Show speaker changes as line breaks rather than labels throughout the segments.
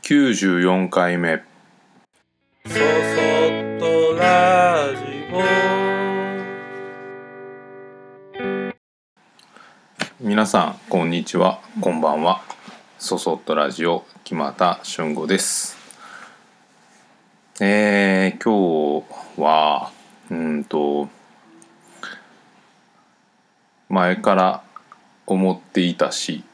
94回目
そそっとラジオ。
皆さんこんにちは、こんばんは。そそっとラジオ木俣俊吾です。今日は前から思っていたし、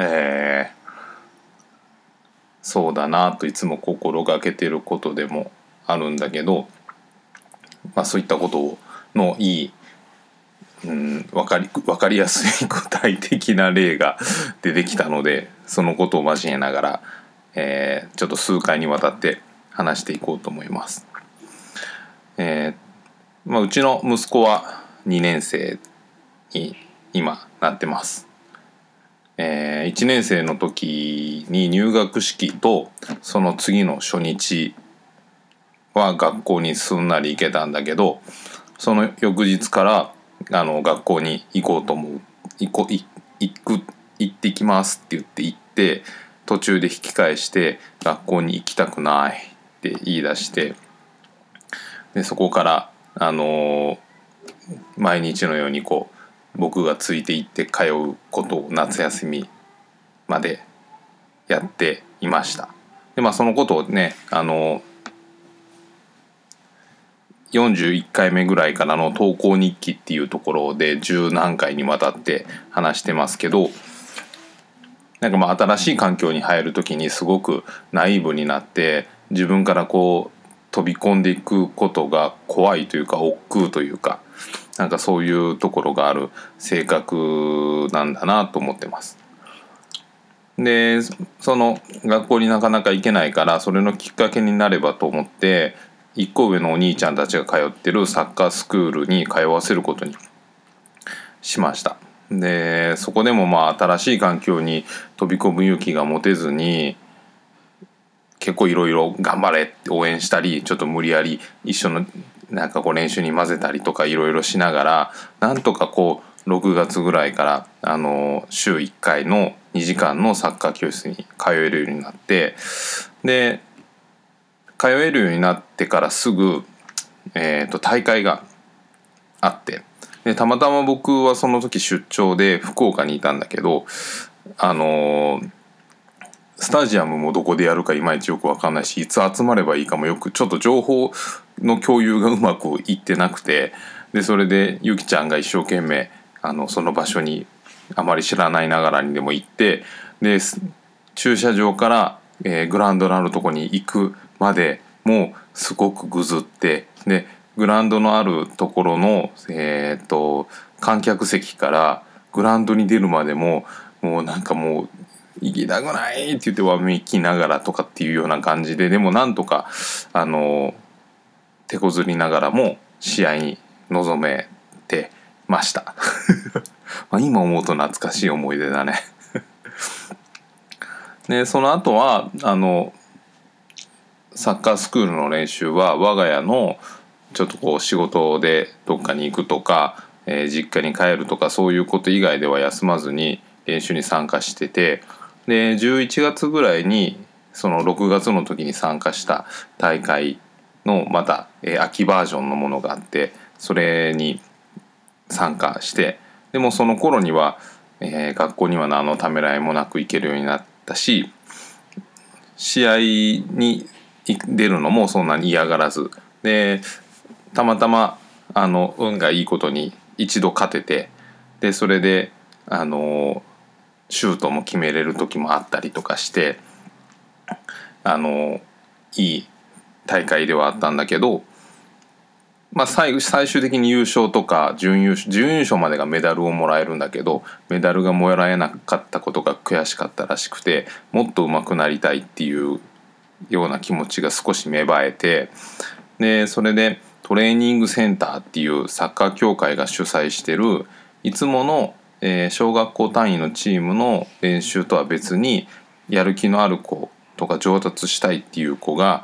そうだなといつも心がけてることでもあるんだけど、そういったことのいい、分かりやすい具体的な例が出てきたので、そのことを交えながら、ちょっと数回にわたって話していこうと思います。うちの息子は2年生に今なってます。1年生の時に入学式とその次の初日は学校にすんなり行けたんだけど、その翌日から学校に行こうと思う行ってきますって言って行って、途中で引き返して学校に行きたくないって言い出して、でそこから毎日のように僕がついて行って通うことを夏休みまでやっていました。でそのことをね41回目ぐらいからの投稿日記っていうところで十何回にわたって話してますけど、新しい環境に入る時にすごくナイーブになって自分から飛び込んでいくことが怖いというか億劫というか、そういうところがある性格なんだなと思ってます。でその学校になかなか行けないから、それのきっかけになればと思って1個上のお兄ちゃんたちが通ってるサッカースクールに通わせることにしました。でそこでも新しい環境に飛び込む勇気が持てずに、結構いろいろ頑張れって応援したり、ちょっと無理やり一緒の練習に混ぜたりとかいろいろしながら、なんとか6月ぐらいから週1回の2時間のサッカー教室に通えるようになって、で通えるようになってからすぐ、大会があって、でたまたま僕はその時出張で福岡にいたんだけど、スタジアムもどこでやるかいまいちよく分かんないし、いつ集まればいいかもよくちょっと情報の共有がうまくいってなくて、でそれでゆきちゃんが一生懸命その場所にあまり知らないながらにでも行って、で駐車場から、グラウンドのあるとこに行くまでもうすごくぐずって、でグラウンドのあるところの、観客席からグラウンドに出るまでももう行きたくないって言ってわめきながらとかっていうような感じで、でもなんとか手こずりながらも試合に臨めてました今思うと懐かしい思い出だねでその後はサッカースクールの練習は我が家のちょっと仕事でどっかに行くとか、実家に帰るとかそういうこと以外では休まずに練習に参加してて、で11月ぐらいにその6月の時に参加した大会のまた、秋バージョンのものがあって、それに参加して、でもその頃には、学校には何のためらいもなく行けるようになったし、試合に出るのもそんなに嫌がらずで、たまたま運がいいことに一度勝てて、でそれでシュートも決めれる時もあったりとかして、いい大会ではあったんだけど、最終的に優勝とか準優勝までがメダルをもらえるんだけど、メダルがもらえなかったことが悔しかったらしくて、もっと上手くなりたいっていうような気持ちが少し芽生えて、でそれでトレーニングセンターっていうサッカー協会が主催してるいつもの、小学校単位のチームの練習とは別に、やる気のある子とか上達したいっていう子が、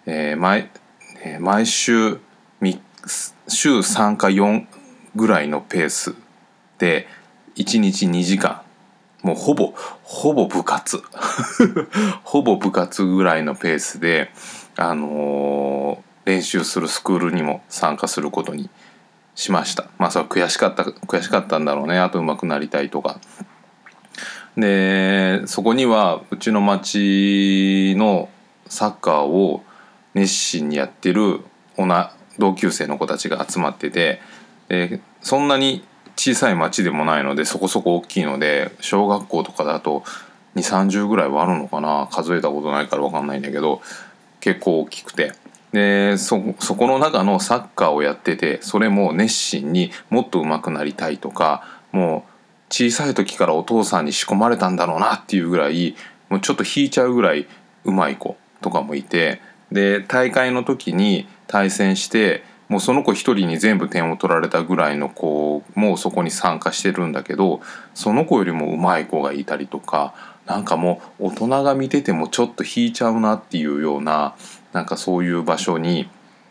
毎週週3か4ぐらいのペースで1日2時間もうほぼ部活ほぼ部活ぐらいのペースで、練習するスクールにも参加することにしました。それは悔しかったんだろうね。あと上手くなりたいとかで、そこにはうちの町のサッカーを熱心にやってる同級生の子たちが集まってて、そんなに小さい町でもないのでそこそこ大きいので、小学校とかだと2、30ぐらいはあるのかな、数えたことないから分かんないんだけど、結構大きくて、でそこの中のサッカーをやってて、それも熱心にもっと上手くなりたいとか、もう小さい時からお父さんに仕込まれたんだろうなっていうぐらい、もうちょっと引いちゃうぐらい上手い子とかもいて、で大会の時に対戦して、もうその子一人に全部点を取られたぐらいの子もそこに参加してるんだけど、その子よりも上手い子がいたりとか、なんかもう大人が見ててもちょっと引いちゃうなっていうような、なんかそういう場所に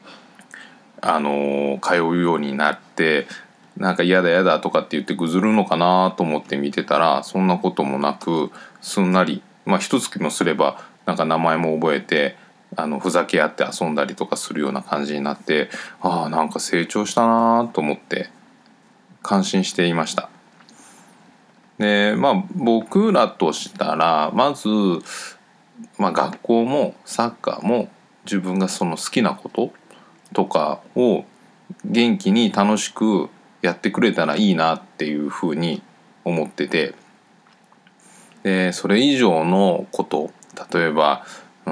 通うようになって、なんか嫌だとかって言ってぐずるのかなと思って見てたら、そんなこともなくすんなり、一月もすればなんか名前も覚えて、ふざけ合って遊んだりとかするような感じになって、なんか成長したなと思って感心していました。で僕らとしたらまず、学校もサッカーも自分がその好きなこととかを元気に楽しくやってくれたらいいなっていうふうに思ってて、でそれ以上のこと、例えば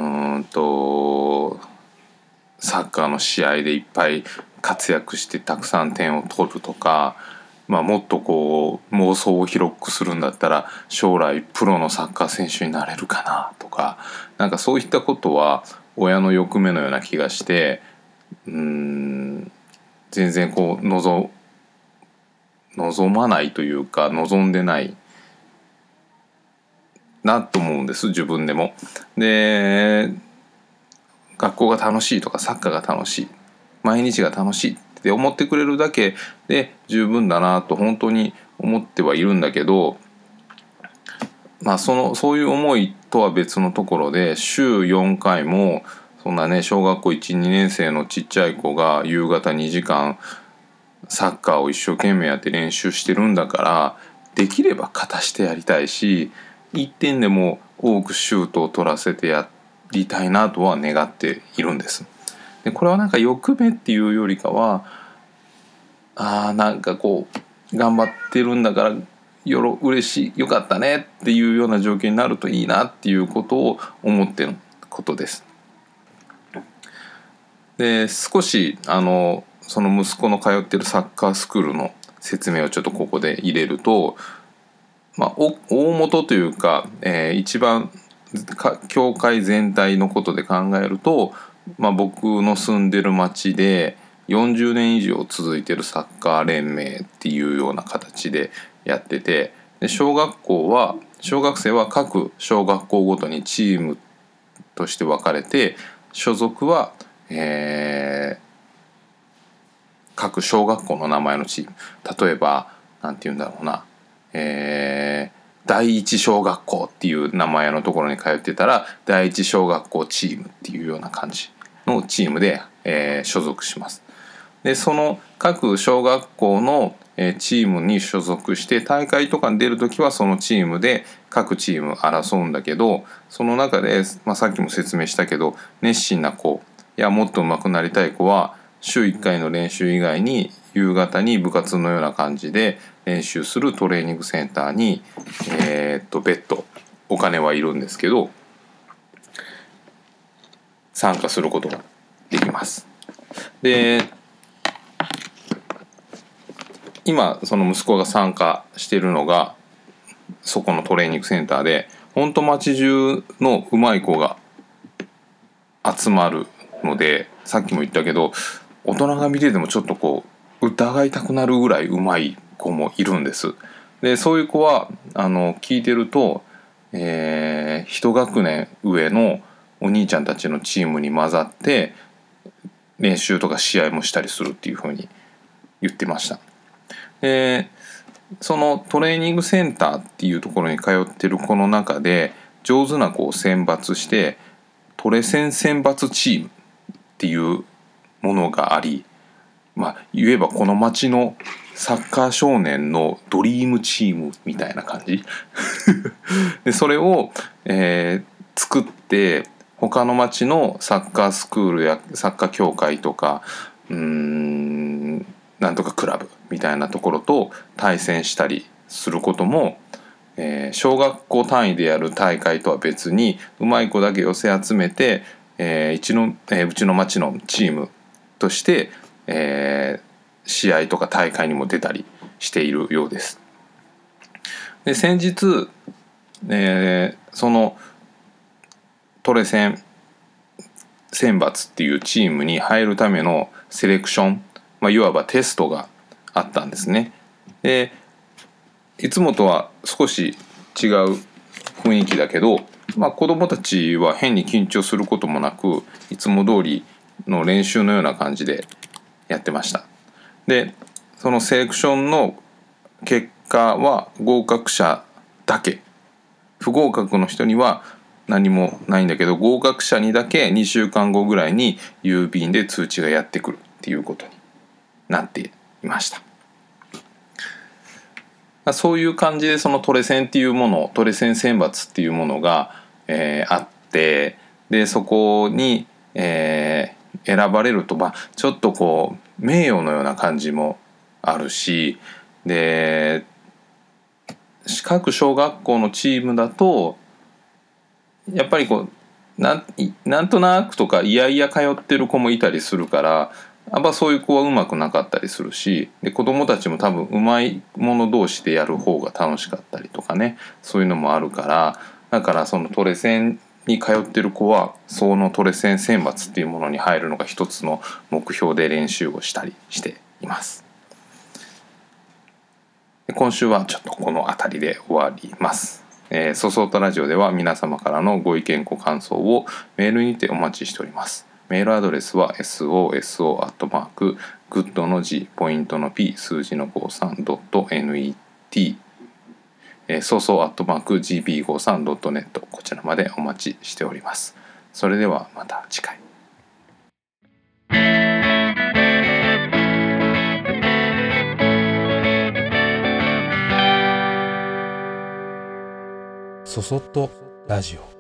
サッカーの試合でいっぱい活躍してたくさん点を取るとか、もっとこう妄想を広くするんだったら将来プロのサッカー選手になれるかなとか、なんかそういったことは親の欲目のような気がして、全然こう望まないというか望んでないなと思うんです、自分でも。で学校が楽しいとかサッカーが楽しい、毎日が楽しいって思ってくれるだけで十分だなと本当に思ってはいるんだけど、そういう思いとは別のところで、週4回もそんなね、小学校 1,2 年生のちっちゃい子が夕方2時間サッカーを一生懸命やって練習してるんだから、できれば勝たしてやりたいし、1点でも多くシュートを取らせてやりたいなとは願っているんです。でこれはなんか欲目っていうよりかは、なんかこう頑張ってるんだから嬉しい、よかったねっていうような状況になるといいなっていうことを思ってることです。で少しその息子の通ってるサッカースクールの説明をちょっとここで入れると、大元というか、一番教会全体のことで考えると、僕の住んでる町で40年以上続いてるサッカー連盟っていうような形でやってて、で小学生は各小学校ごとにチームとして分かれて、所属は、各小学校の名前のチーム、例えばなんて言うんだろうな、第一小学校っていう名前のところに通ってたら第一小学校チームっていうような感じのチームで、所属します。でその各小学校のチームに所属して大会とかに出るときはそのチームで各チーム争うんだけど、その中で、さっきも説明したけど熱心な子やもっと上手くなりたい子は週1回の練習以外に夕方に部活のような感じで練習するトレーニングセンターに、別途お金はいるんですけど参加することができます。で今その息子が参加しているのがそこのトレーニングセンターで、本当町中の上手い子が集まるので、さっきも言ったけど大人が見ててもちょっとこう疑いたくなるぐらい上手い子もいるんです。でそういう子は聞いてると、一学年上のお兄ちゃんたちのチームに混ざって練習とか試合もしたりするっていう風に言ってました。 そのトレーニングセンターっていうところに通ってる子の中で上手な子を選抜してトレセン選抜チームっていうものがあり、言えばこの町のサッカー少年のドリームチームみたいな感じでそれを、作って他の町のサッカースクールやサッカー協会とかなんとかクラブみたいなところと対戦したりすることも、小学校単位でやる大会とは別にうまい子だけ寄せ集めて、うちの町のチームとして、試合とか大会にも出たりしているようです。で先日、そのトレセン選抜っていうチームに入るためのセレクション、いわばテストがあったんですね。でいつもとは少し違う雰囲気だけど、子どもたちは変に緊張することもなくいつも通りの練習のような感じでやってました。でそのセレクションの結果は合格者だけ、不合格の人には何もないんだけど合格者にだけ2週間後ぐらいに郵便で通知がやってくるっていうことになっていました。そういう感じでそのトレセンっていうもの、トレセン選抜っていうものが、あって、でそこに、選ばれると、ちょっとこう名誉のような感じもあるし、で各小学校のチームだとやっぱりこうなんとなくとかいやいや通ってる子もいたりするから、そういう子はうまくなかったりするし、で子どもたちも多分うまい者同士でやる方が楽しかったりとかね、そういうのもあるから、だからそのトレセンに通ってる子はそのトレセン選抜っていうものに入るのが一つの目標で練習をしたりしています。で今週はちょっとこの辺りで終わります。ソソートラジオでは皆様からのご意見ご感想をメールにてお待ちしております。メールアドレスは soso@good の G ポイントの P 数字の 53.net soso@gb53.net こちらまでお待ちしております。それではまた次回。
そそっとラジオ。